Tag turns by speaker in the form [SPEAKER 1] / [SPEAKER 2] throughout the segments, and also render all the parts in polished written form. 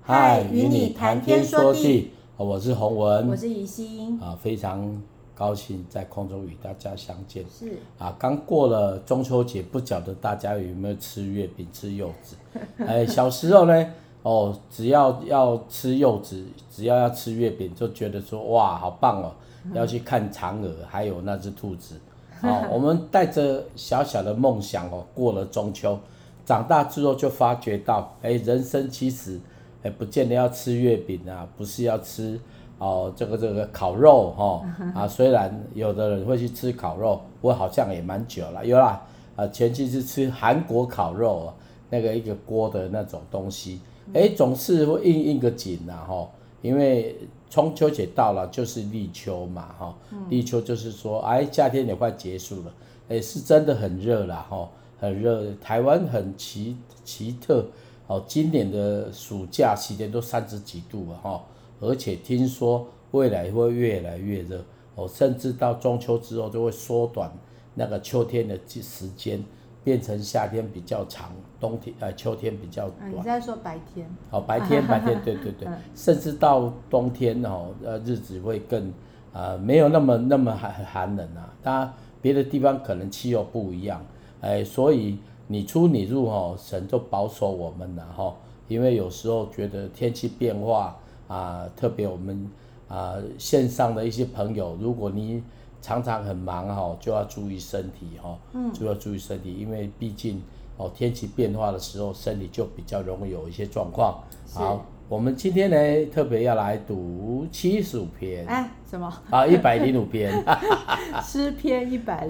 [SPEAKER 1] 嗨，与你谈天说地，我是洪文，
[SPEAKER 2] 我是怡心
[SPEAKER 1] 非常高兴在空中与大家相见。
[SPEAKER 2] 是
[SPEAKER 1] 刚过了中秋节，不晓得大家有没有吃月饼、吃柚子？小时候呢，只要吃柚子，只要吃月饼，就觉得说哇，好棒哦，要去看嫦娥，还有那只兔子。我们带着小小的梦想过了中秋，长大之后就发觉到，人生其实不见得要吃月饼啊，不是要吃这个烤肉虽然有的人会去吃烤肉，我好像也蛮久了，有啦前期是吃韩国烤肉那个一个锅的那种东西，总是会应个景因为中秋节到了就是立秋嘛立秋就是说夏天也快结束了，是真的很热啦很热，台湾很奇特今年的暑假期间都30几度了而且听说未来会越来越热甚至到中秋之后就会缩短那个秋天的时间，变成夏天比较长，秋天比较短。
[SPEAKER 2] 你在说白天？
[SPEAKER 1] 白天，对，甚至到冬天日子会更没有那么寒冷啊。当然别的地方可能气候不一样，所以你出你入神就保守我们了因为有时候觉得天气变化特别我们线上的一些朋友，如果你常常很忙就要注意身体就要注意身体，因为毕竟天气变化的时候，身体就比较容易有一些状况。好，我们今天呢特别要来读75篇。
[SPEAKER 2] 什么
[SPEAKER 1] ？105篇。
[SPEAKER 2] 诗篇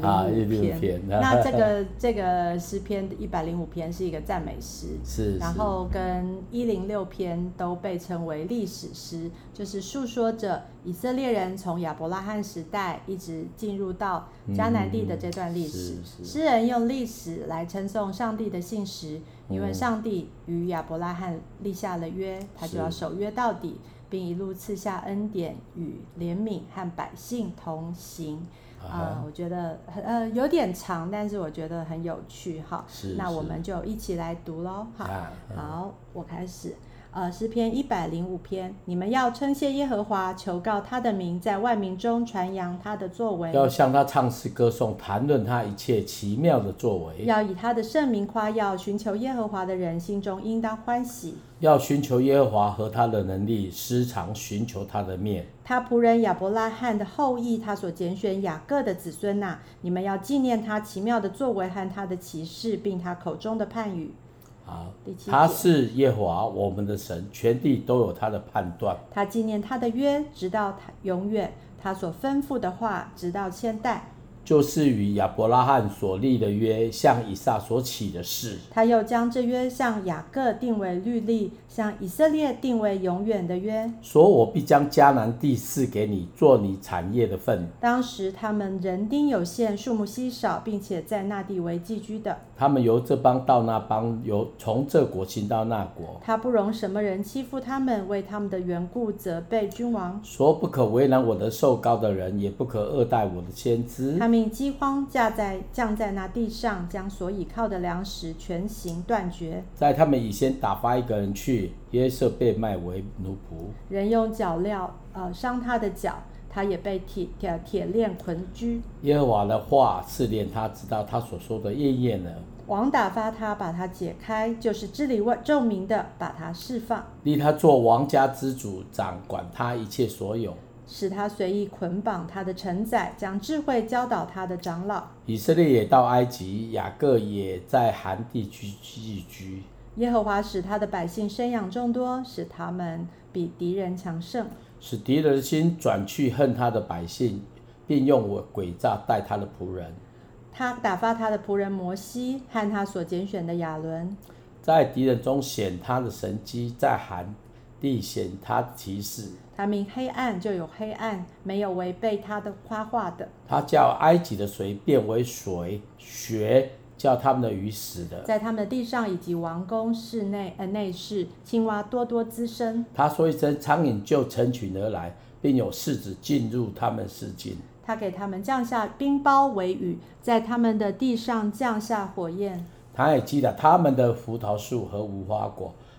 [SPEAKER 2] 105篇。那这个诗篇105篇是一个赞美诗，
[SPEAKER 1] 是，
[SPEAKER 2] 然后跟106篇都被称为历史诗，就是述说着以色列人从亚伯拉罕时代一直进入到迦南地的这段历史。诗人用历史来称颂上帝的信实，因为上帝与亚伯拉罕立下了约，他就要守约到底，并一路赐下恩典与怜悯和百姓同行。我觉得有点长，但是我觉得很有趣那我们就一起来读咯。好，我开始。诗篇105篇，你们要称谢耶和华，求告他的名，在万民中传扬他的作为，
[SPEAKER 1] 要向他唱诗歌颂，谈论他一切奇妙的作为，
[SPEAKER 2] 要以他的圣名夸耀，寻求耶和华的人心中应当欢喜，
[SPEAKER 1] 要寻求耶和华和他的能力，时常寻求他的面。
[SPEAKER 2] 他仆人亚伯拉罕的后裔，他所拣选雅各的子孙你们要纪念他奇妙的作为和他的奇事，并他口中的判语。
[SPEAKER 1] 他是耶和华我们的神，全地都有他的判断。
[SPEAKER 2] 他纪念他的约，直到永远，他所吩咐的话，直到千代。
[SPEAKER 1] 就是与亚伯拉罕所立的约，向以撒所起的誓。
[SPEAKER 2] 他又将这约向雅各定为律例，向以色列定为永远的约，
[SPEAKER 1] 说我必将迦南地赐给你，做你产业的份。
[SPEAKER 2] 当时他们人丁有限，数目稀少，并且在那地为寄居的。
[SPEAKER 1] 他们由这邦到那邦，从这国行到那国。
[SPEAKER 2] 他不容什么人欺负他们，为他们的缘故责备君王，
[SPEAKER 1] 说不可为难我的受膏的人，也不可恶待我的先知。
[SPEAKER 2] 他命饥荒降在那地上，将所倚靠的粮食全行断绝。
[SPEAKER 1] 在他们以前打发一个人去，约瑟被卖为奴仆，
[SPEAKER 2] 人用脚镣伤他的脚，他也被铁链捆拘。
[SPEAKER 1] 耶和华的话试炼他，直到他所说的应验了。
[SPEAKER 2] 王打发他，把他解开，就是治理众民的，把他释放，
[SPEAKER 1] 立他做王家之主，掌管他一切所有，
[SPEAKER 2] 使他随意捆绑他的臣宰，将智慧教导他的长老。
[SPEAKER 1] 以色列也到埃及，雅各也在含地寄居。
[SPEAKER 2] 耶和华使他的百姓生养众多，使他们比敌人强盛，
[SPEAKER 1] 使敌人的心转去恨他的百姓，并用诡诈待他的仆人。
[SPEAKER 2] 他打发他的仆人摩西和他所拣选的亚伦，
[SPEAKER 1] 在敌人中显他的神迹，在含地显他的奇事。
[SPEAKER 2] 他命黑暗就有黑暗，没有违背他的夸话的。
[SPEAKER 1] 他叫埃及的水变为水，血叫他们的鱼死的。
[SPEAKER 2] 在他们的地上以及王宫室内室，青蛙多多滋生。
[SPEAKER 1] 他说一声，苍蝇就成群而来，并有狮子进入他们市境。
[SPEAKER 2] 他给他们降下冰雹为雨，在他们的地上降下火焰。
[SPEAKER 1] 他也击打他们的葡萄树和无花果，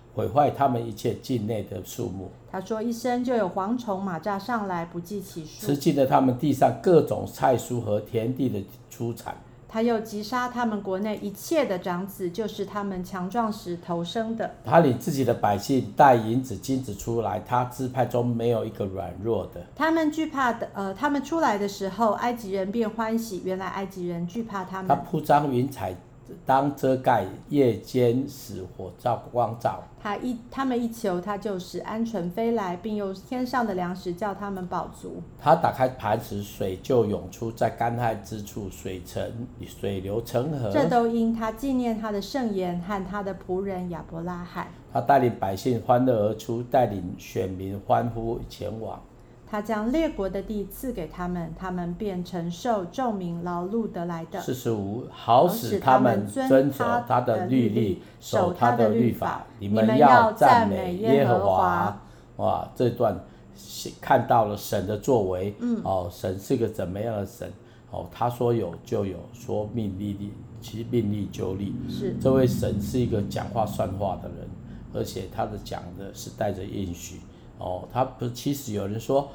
[SPEAKER 1] 毁坏他们一切境内的树木。
[SPEAKER 2] 他说一生就有蝗虫蚂蚱上来，不计其数，
[SPEAKER 1] 吃尽了他们地上各种菜蔬和田地的出产。
[SPEAKER 2] 他又击杀他们国内一切的长子，就是他们强壮时头生的。
[SPEAKER 1] 他领自己的百姓带银子金子出来，他支派中没有一个软弱的。
[SPEAKER 2] 他们惧怕的，他们出来的时候，埃及人便欢喜。原来埃及人惧怕他们。
[SPEAKER 1] 他铺张云彩当遮盖，夜间使火照光照。
[SPEAKER 2] 他们一求，他就使鹌鹑飞来，并用天上的粮食叫他们饱足。
[SPEAKER 1] 他打开磐石，水就涌出，在干旱之处，水流成河。
[SPEAKER 2] 这都因他纪念他的圣言和他的仆人亚伯拉罕。
[SPEAKER 1] 他带领百姓欢乐而出，带领选民欢呼前往。
[SPEAKER 2] 他将列国的地赐给他们，他们便承受众民劳碌得来的。
[SPEAKER 1] 45好使他们遵守他的律例，守他的律法。你们要赞美耶和华。哇，这段看到了神的作为。神是个怎么样的神？他说有就有，说命立，其实命立就立。
[SPEAKER 2] 是，这
[SPEAKER 1] 位神是一个讲话算话的人，而且他的讲的是带着应许。他不是，其实有人说，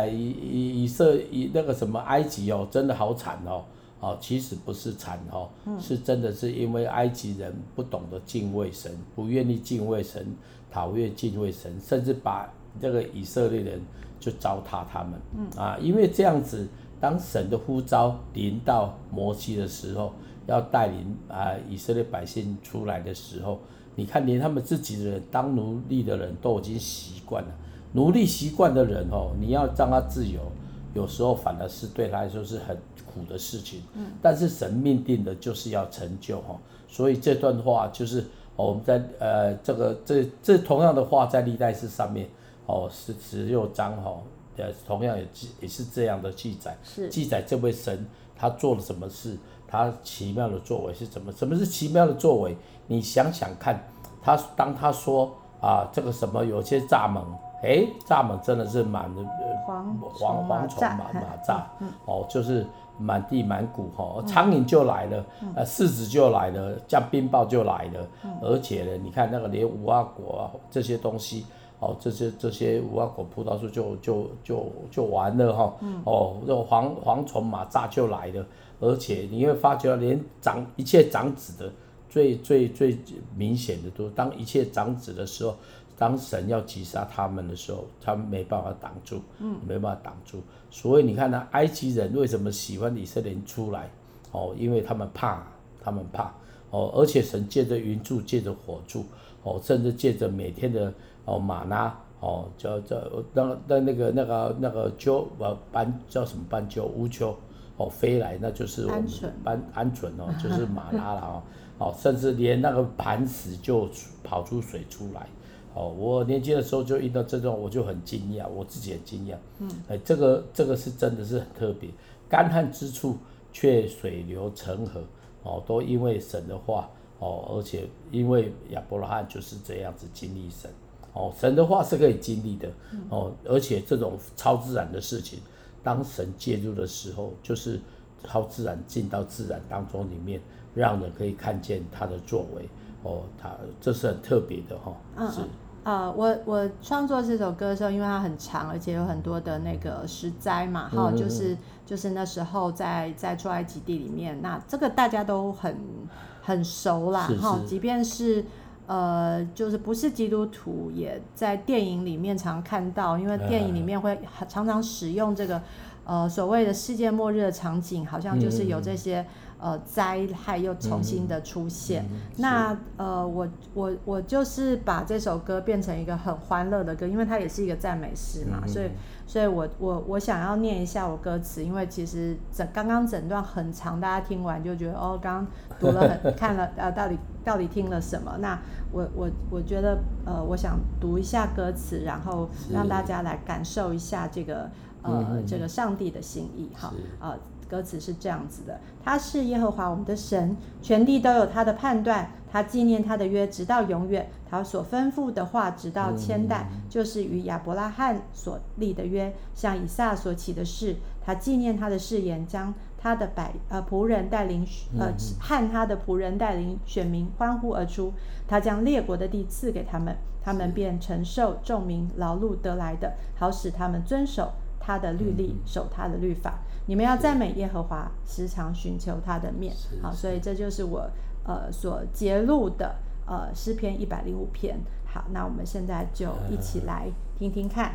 [SPEAKER 1] 那个什么埃及真的好惨其实不是惨是真的是因为埃及人不懂得敬畏神，不愿意敬畏神，讨厌敬畏神，甚至把这个以色列人就糟蹋他们。因为这样子，当神的呼召临到摩西的时候，要带领以色列百姓出来的时候，你看连他们自己的人当奴隶的人都已经习惯了。奴隶习惯的人你要让他自由，有时候反而是对他来说是很苦的事情。但是神命定的就是要成就所以这段话就是我们在这同样的话在历代志上面是16章同样也是这样的记载，记载这位神他做了什么事，他奇妙的作为是什么是奇妙的作为？你想想看，当他说这个什么有些蚱蜢。蚱蜢真的是满的蝗虫蚂蚱就是满地满谷苍蝇就来了，柿子就来了，像冰雹就来了。而且呢，你看那个连无花果这些东西这些无花果葡萄树就完了这蝗虫蚂蚱就来了。而且你会发觉连一切长子的最明显的都当一切长子的时候，当神要击杀他们的时候，他们没办法挡住，没办法挡住。所以你看埃及人为什么喜欢以色列人出来？因为他们怕，而且神借着云柱，借着火柱，甚至借着每天的玛纳，那个鸠叫什么斑鸠乌鸠飞来，那就是我们鹌鹑就是玛纳了甚至连那个磐石就跑出水出来。我年轻的时候就遇到这种，我就很惊讶，我自己很惊讶。这个是真的是很特别，干旱之处却水流成河，都因为神的话，而且因为亚伯拉罕就是这样子经历神，神的话是可以经历的，而且这种超自然的事情，当神介入的时候，就是超自然进到自然当中里面，让人可以看见他的作为。这是很特别的是。
[SPEAKER 2] 我创作这首歌的时候，因为它很长，而且有很多的那个石灾嘛，就是那时候在出埃及地里面，那这个大家都很熟啦，即便是就是不是基督徒，也在电影里面常看到，因为电影里面会常常使用这个所谓的世界末日的场景，好像就是有这些灾害又重新的出现。那我就是把这首歌变成一个很欢乐的歌，因为它也是一个赞美诗嘛，所以我想要念一下我歌词，因为其实刚刚整段很长，大家听完就觉得刚刚读了看了到底听了什么？那我觉得我想读一下歌词，然后让大家来感受一下这个这个上帝的心意。歌词是这样子的：他是耶和华我们的神，全地都有他的判断，他纪念他的约直到永远，他所吩咐的话直到千代，就是与亚伯拉罕所立的约，向以撒所起的誓， 他纪念他的誓言，将他的仆人带领和他的仆人带领选民欢呼而出。他将列国的地赐给他们，他们便承受众民劳碌得来的，好使他们遵守他的律例，守他的律法。你们要赞美耶和华，时常寻求他的面。好，所以这就是我所揭露的诗篇105篇。好，那我们现在就一起来听听看。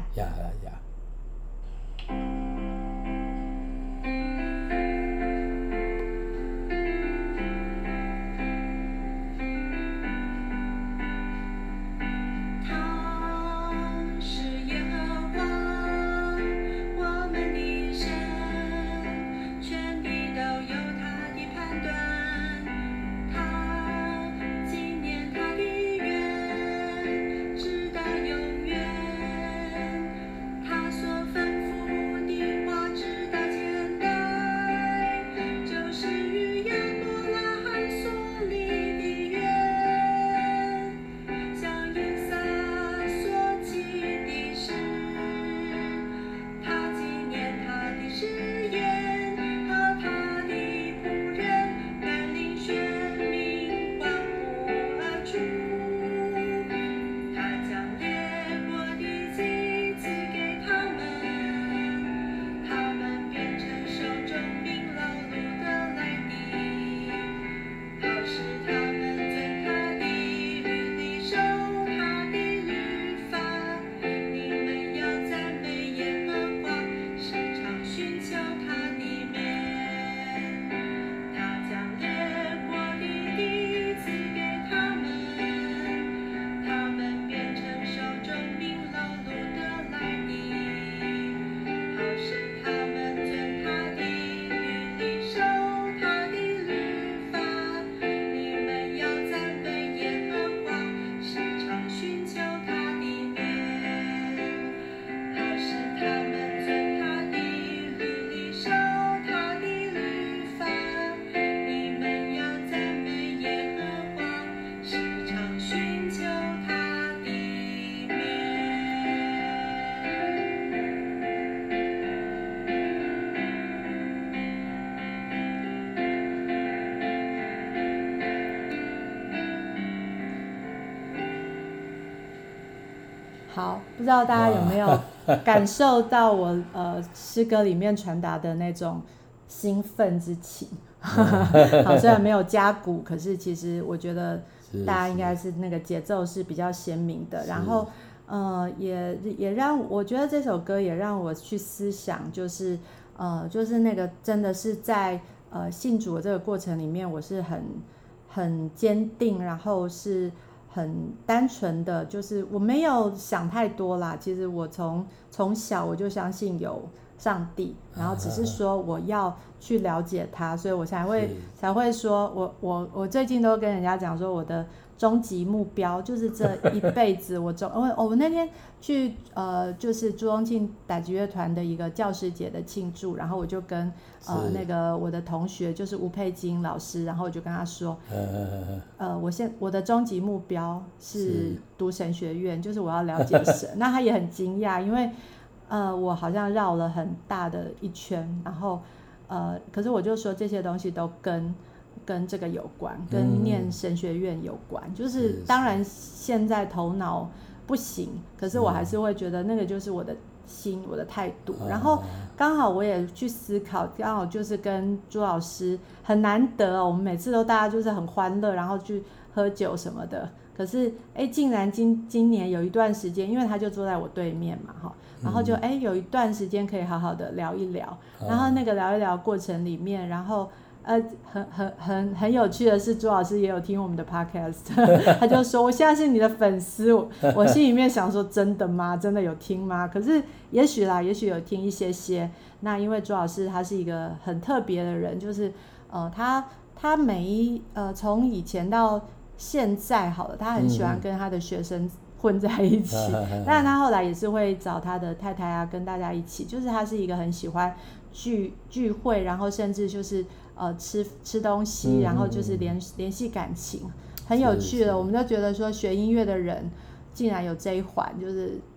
[SPEAKER 2] 好，不知道大家有没有感受到我诗歌里面传达的那种兴奋之情？好，虽然没有加鼓，可是其实我觉得大家应该是那个节奏是比较鲜明的。然后也让我觉得这首歌也让我去思想，就是那个真的是在信主的这个过程里面，我是很坚定，然后是很单纯的，就是我没有想太多啦。其实我从小我就相信有上帝，然后只是说我要去了解他，所以我才会说我最近都跟人家讲说我的终极目标就是这一辈子我那天去就是朱宗庆打击乐团的一个教师节的庆祝，然后我就跟那个我的同学就是吴佩金老师，然后我就跟他说我的终极目标是读神学院，就是我要了解神。那他也很惊讶，因为我好像绕了很大的一圈，然后可是我就说这些东西都跟这个有关，跟念神学院有关，就是当然现在头脑不行，可是我还是会觉得那个就是我的心，我的态度。然后刚好我也去思考，刚好就是跟朱老师很难得我们每次都大家就是很欢乐，然后去喝酒什么的。可是竟然今年有一段时间，因为他就坐在我对面嘛，然后就有一段时间可以好好的聊一聊，然后那个聊一聊过程里面，然后很有趣的是，朱老师也有听我们的 podcast 他就说我现在是你的粉丝，我心里面想说真的吗？真的有听吗？可是也许有听一些。那因为朱老师他是一个很特别的人，就是他从以前到现在好了，他很喜欢跟他的学生混在一起，当然他后来也是会找他的太太跟大家一起，就是他是一个很喜欢聚会，然后甚至就是吃东西，然后就是联系感情，很有趣的。我们就觉得说学音乐的人竟然有这一环，就是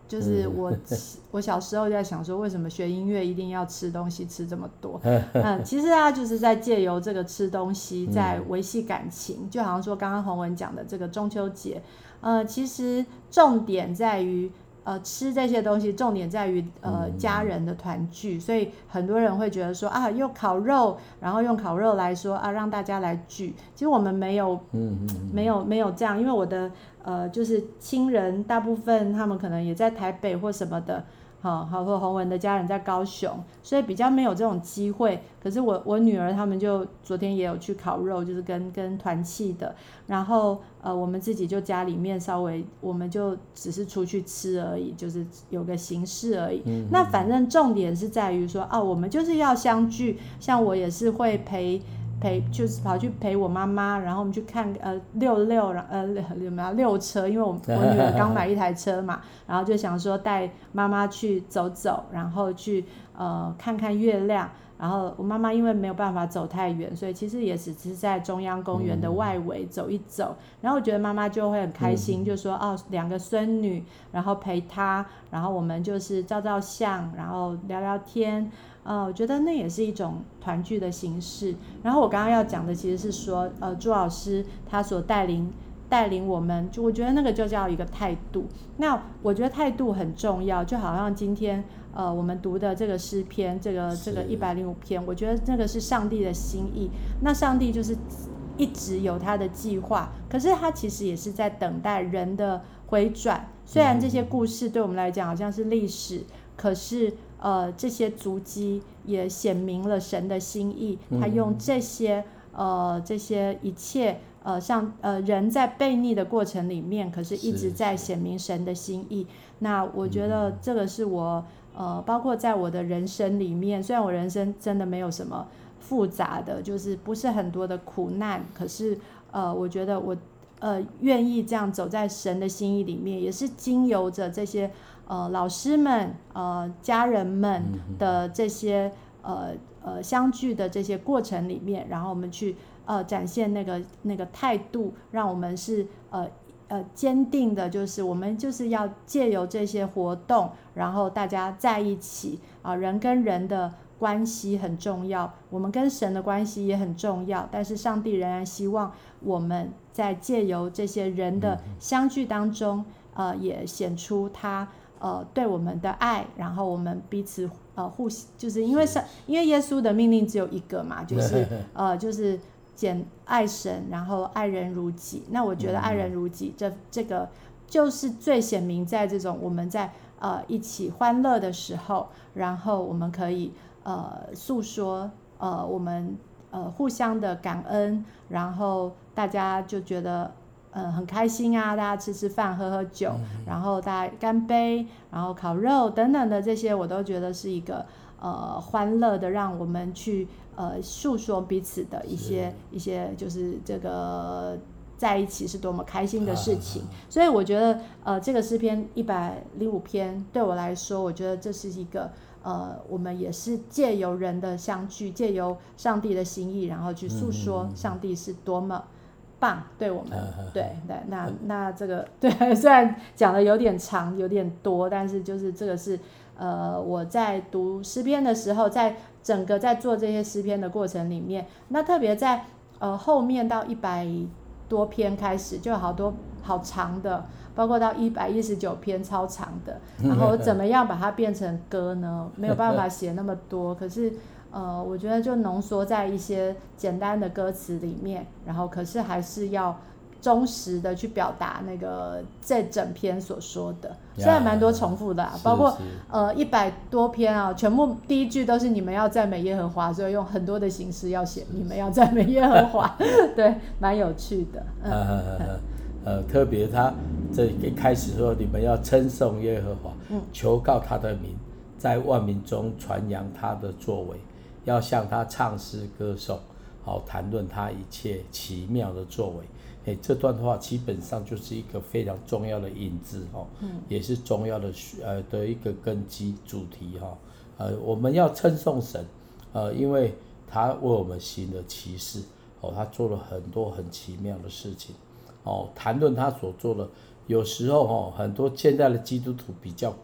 [SPEAKER 2] 就是我小时候就在想说，为什么学音乐一定要吃东西吃这么多？其实就是在借由这个吃东西，在维系感情。就好像说刚刚洪文讲的这个中秋节，其实重点在于。吃这些东西重点在于家人的团聚，所以很多人会觉得说啊，用烤肉，然后用烤肉来说啊，让大家来聚。其实我们没有这样，因为我的就是亲人大部分他们可能也在台北或什么的。好，或洪文的家人在高雄，所以比较没有这种机会。可是我女儿他们就昨天也有去烤肉，就是跟团契的。然后我们自己就家里面稍微，我们就只是出去吃而已，就是有个形式而已。那反正重点是在于说，我们就是要相聚。像我也是会就是跑去陪我妈妈，然后我们去看溜车，因为我女儿刚买一台车嘛，然后就想说带妈妈去走走，然后去看看月亮。然后我妈妈因为没有办法走太远，所以其实也只是在中央公园的外围走一走。然后我觉得妈妈就会很开心，就说2个孙女，然后陪她，然后我们就是照照相，然后聊聊天。我觉得那也是一种团聚的形式。然后我刚刚要讲的其实是说，朱老师他所带领我们，就我觉得那个就叫一个态度。那我觉得态度很重要，就好像今天我们读的这个诗篇，这个105篇，我觉得这个是上帝的心意。那上帝就是一直有他的计划，可是他其实也是在等待人的回转。虽然这些故事对我们来讲好像是历史，可是这些足迹也显明了神的心意。他用这些一切人在悖逆的过程里面，可是一直在显明神的心意。那我觉得这个是我包括在我的人生里面，虽然我人生真的没有什么复杂的，就是不是很多的苦难，可是我觉得我愿意这样走在神的心意里面，也是经由着这些老师们家人们的这些相聚的这些过程里面，然后我们去展现那个态度，让我们是坚定的，就是我们就是要借由这些活动，然后大家在一起人跟人的关系很重要，我们跟神的关系也很重要，但是上帝仍然希望我们在借由这些人的相聚当中也显出他对我们的爱，然后我们彼此就是因为耶稣的命令只有一个嘛，就是就是爱神，然后爱人如己。那我觉得爱人如己这个就是最显明在这种我们在一起欢乐的时候，然后我们可以诉说我们互相的感恩，然后大家就觉得很开心啊，大家吃饭喝酒，然后大家干杯，然后烤肉等等的这些，我都觉得是一个欢乐的，让我们去诉说彼此的一些就是这个在一起是多么开心的事情。所以我觉得这个诗篇105篇对我来说，我觉得这是一个我们也是借由人的相聚，借由上帝的心意，然后去诉说上帝是多么棒对我们。对，那这个对，虽然讲的有点长有点多，但是就是这个是我在读诗篇的时候，在整个在做这些诗篇的过程里面，那特别在后面到100多篇开始，就有好多好长的，包括到119篇超长的，然后怎么样把它变成歌呢？没有办法写那么多，可是我觉得就浓缩在一些简单的歌词里面，然后可是还是要忠实的去表达那个这整篇所说的，虽然蛮多重复的包括100多篇全部第一句都是你们要赞美耶和华，所以用很多的形式要写你们要赞美耶和华对，蛮有趣的。
[SPEAKER 1] 特别他这一开始说你们要称颂耶和华，求告他的名，在万民中传扬他的作为，要向他唱诗歌颂，好谈论他一切奇妙的作为。这段话基本上就是一个非常重要的引子也是重要的的一个根基主题我们要称颂神因为他为我们行了奇事他做了很多很奇妙的事情谈论他所做的，有时候很多现在的基督徒比较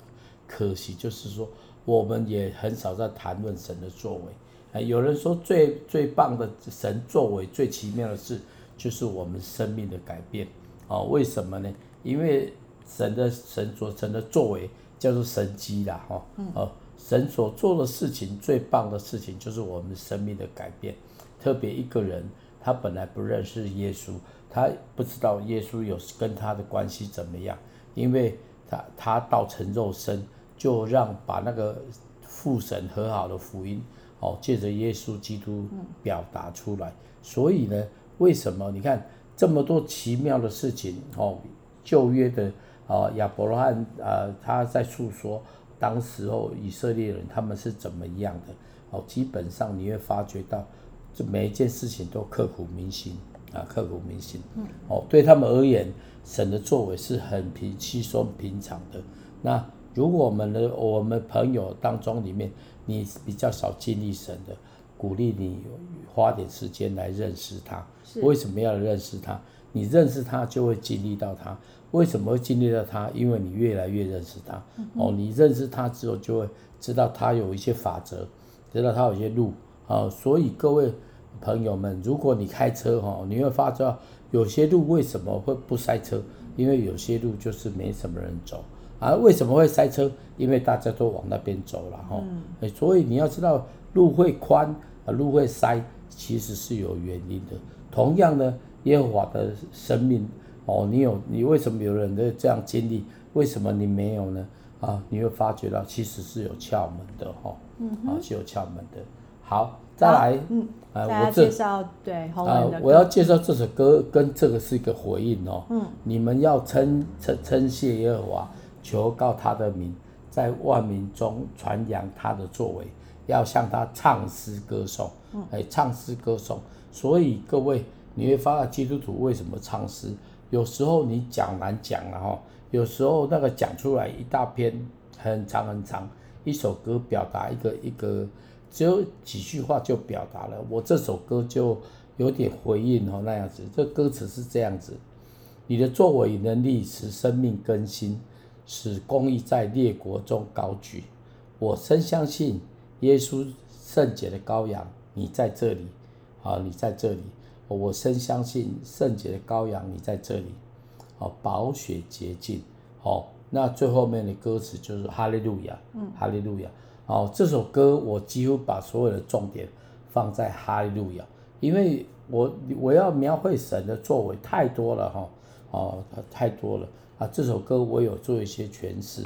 [SPEAKER 1] 可惜就是说，我们也很少在谈论神的作为。有人说最棒的神作为最奇妙的事，就是我们生命的改变。为什么呢？因为神的作为叫做神迹啦，神所做的事情最棒的事情就是我们生命的改变。特别一个人，他本来不认识耶稣，他不知道耶稣有跟他的关系怎么样，因为他道成肉身，就把那个父神和好的福音，借着耶稣基督表达出来。所以呢，为什么你看这么多奇妙的事情？旧约的亚伯拉罕他在诉说当时候以色列人他们是怎么样的。基本上你会发觉到，这每一件事情都刻骨铭心。对他们而言，神的作为是很稀松平常的。那如果我们朋友当中里面，你比较少经历神的，鼓励你花点时间来认识他。为什么要认识他？你认识他就会经历到他。为什么会经历到他？因为你越来越认识他。你认识他之后，就会知道他有一些法则，知道他有一些路。所以各位朋友们，如果你开车你会发觉有些路为什么会不塞车？因为有些路就是没什么人走。为什么会塞车？因为大家都往那边走了。所以你要知道，路会宽，路会塞，其实是有原因的。同样呢，耶和华的生命，你为什么有人的这样经历？为什么你没有呢？你会发觉到其实是有窍门的是有窍门的。好，再来，
[SPEAKER 2] 我介绍对洪文的歌，
[SPEAKER 1] 我要介绍这首歌，跟这个是一个回应你们要称谢耶和华，求告他的名，在万民中传扬他的作为，要向他唱诗歌颂。唱诗歌颂。所以各位，你会发现基督徒为什么唱诗？有时候你讲难讲了有时候那个讲出来一大篇很长很长，一首歌表达一个只有几句话就表达了。我这首歌就有点回应那样子。这歌词是这样子：你的作为能力使生命更新，使公义在列国中高举。我深相信耶稣圣洁的羔羊，你在这里你在这里。我深相信圣洁的羔羊，你在这里。宝血洁净。那最后面的歌词就是哈利路亚，哈利路亚。这首歌我几乎把所有的重点放在哈利路亚，因为我要描绘神的作为太多了太多了这首歌我有做一些诠释，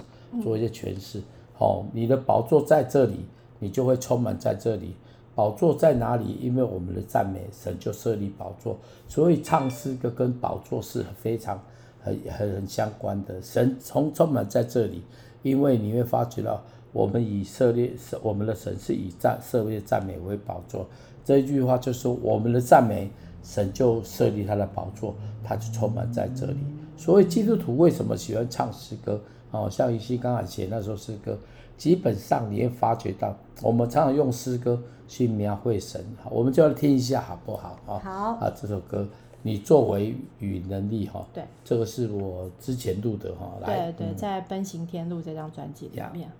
[SPEAKER 1] 你的宝座在这里，你就会充满在这里。宝座在哪里？因为我们的赞美，神就设立宝座。所以唱诗歌跟宝座是非常很相关的。神充满在这里，因为你会发觉到我们的神是以设立赞美为宝座。这一句话就是说，我们的赞美，神就设立他的宝座，他就充满在这里。所以基督徒为什么喜欢唱诗歌？像于西刚才写那首诗歌，基本上你会发觉到，我们常常用诗歌去描绘神。我们就要听一下好不好？
[SPEAKER 2] 好。
[SPEAKER 1] 这首歌你作为与能力
[SPEAKER 2] 对，
[SPEAKER 1] 这个是我之前录的来。
[SPEAKER 2] 对，在奔行天路这张专辑里面。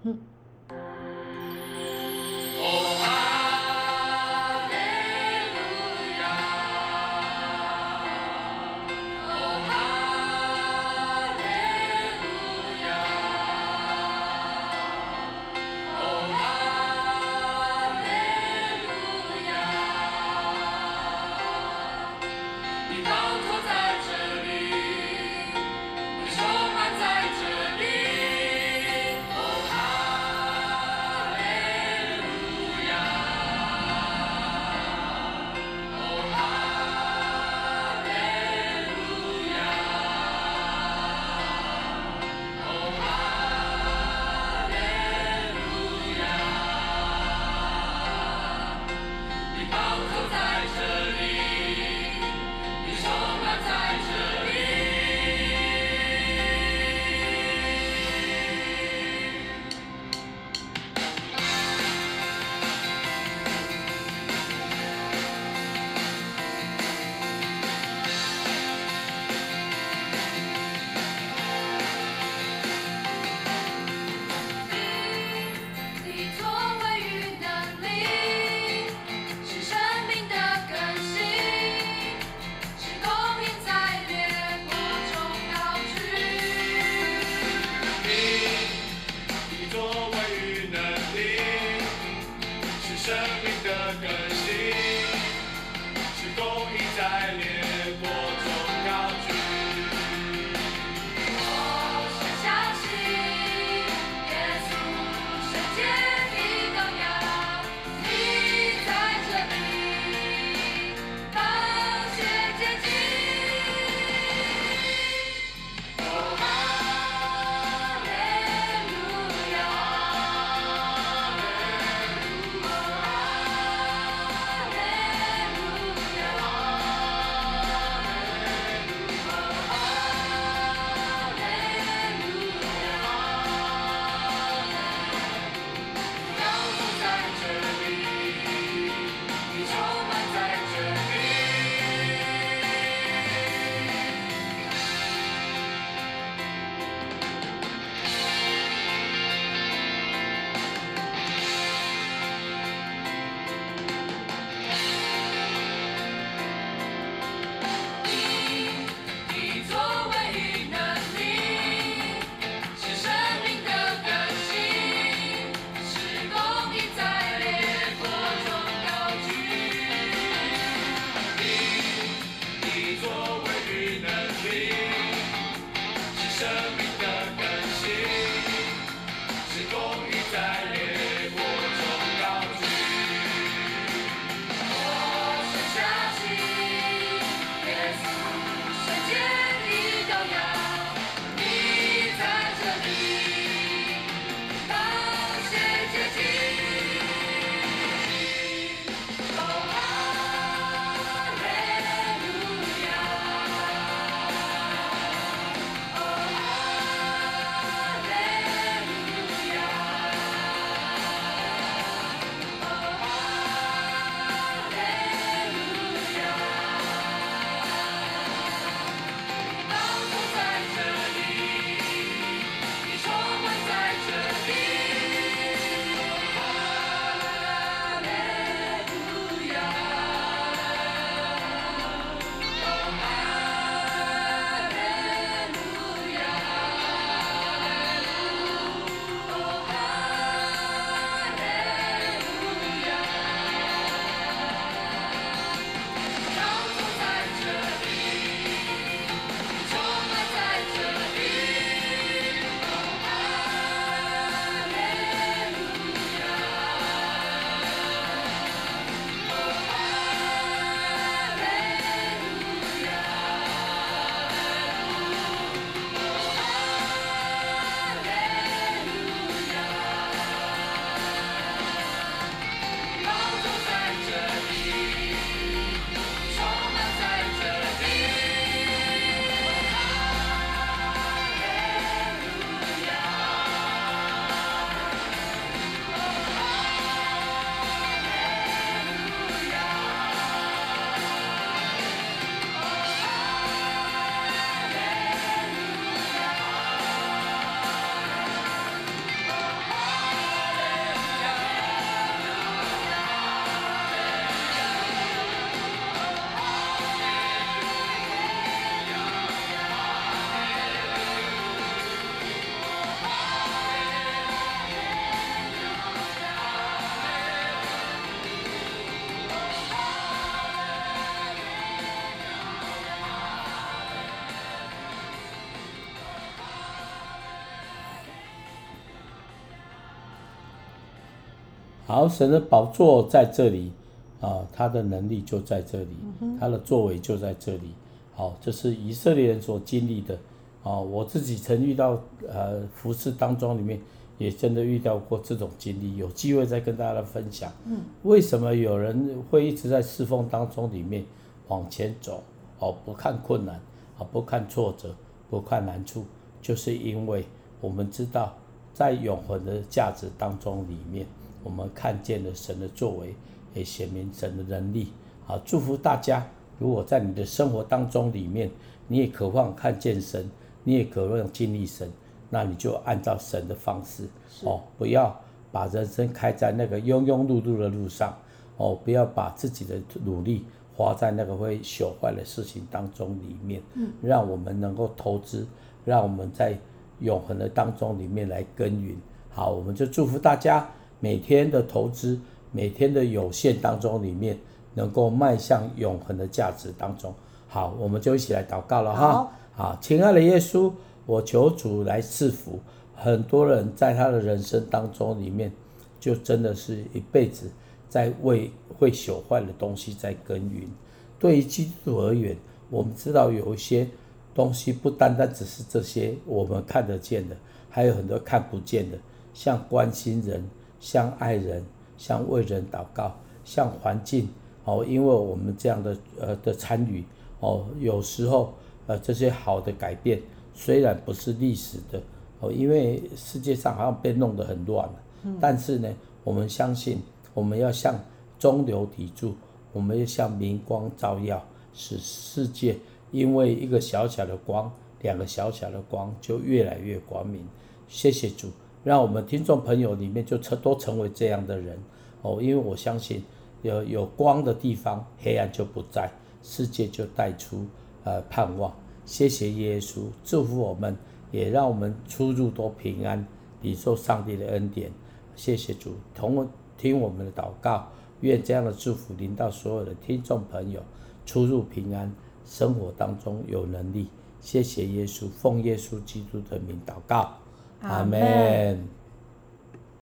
[SPEAKER 1] 好，神的宝座在这里啊，他的能力就在这里，他的作为就在这里。好，这是以色列人所经历的。我自己曾遇到服事当中里面也真的遇到过这种经历，有机会再跟大家分享。为什么有人会一直在侍奉当中里面往前走？不看困难，不看挫折，不看难处，就是因为我们知道在永恒的价值当中里面，我们看见了神的作为，也显明神的能力。好，祝福大家，如果在你的生活当中里面，你也渴望看见神，你也渴望经历神，那你就按照神的方式，不要把人生开在那个庸庸碌碌的路上，不要把自己的努力花在那个会朽坏的事情当中里面，让我们能够投资，让我们在永恒的当中里面来耕耘。好，我们就祝福大家每天的投资，每天的有限当中里面，能够迈向永恒的价值当中。好，我们就一起来祷告了哈。好，亲爱的耶稣，我求主来赐福。很多人在他的人生当中里面，就真的是一辈子在为会朽坏的东西在耕耘。对于基督徒而言，我们知道有一些东西不单单只是这些我们看得见的，还有很多看不见的，像关心人，像爱人，像为人祷告，像环境。因为我们这样的参与，有时候这些好的改变虽然不是历史的，因为世界上好像被弄得很乱了，但是呢，我们相信我们要向中流砥柱，我们要向明光照耀，使世界因为一个小小的光，两个小小的光就越来越光明。谢谢主，让我们听众朋友里面就都成为这样的人，因为我相信有光的地方，黑暗就不在，世界就带出盼望。谢谢耶稣，祝福我们，也让我们出入都平安，领受上帝的恩典。谢谢主，听我们的祷告，愿这样的祝福临到所有的听众朋友，出入平安，生活当中有能力。谢谢耶稣，奉耶稣基督的名祷告，阿们。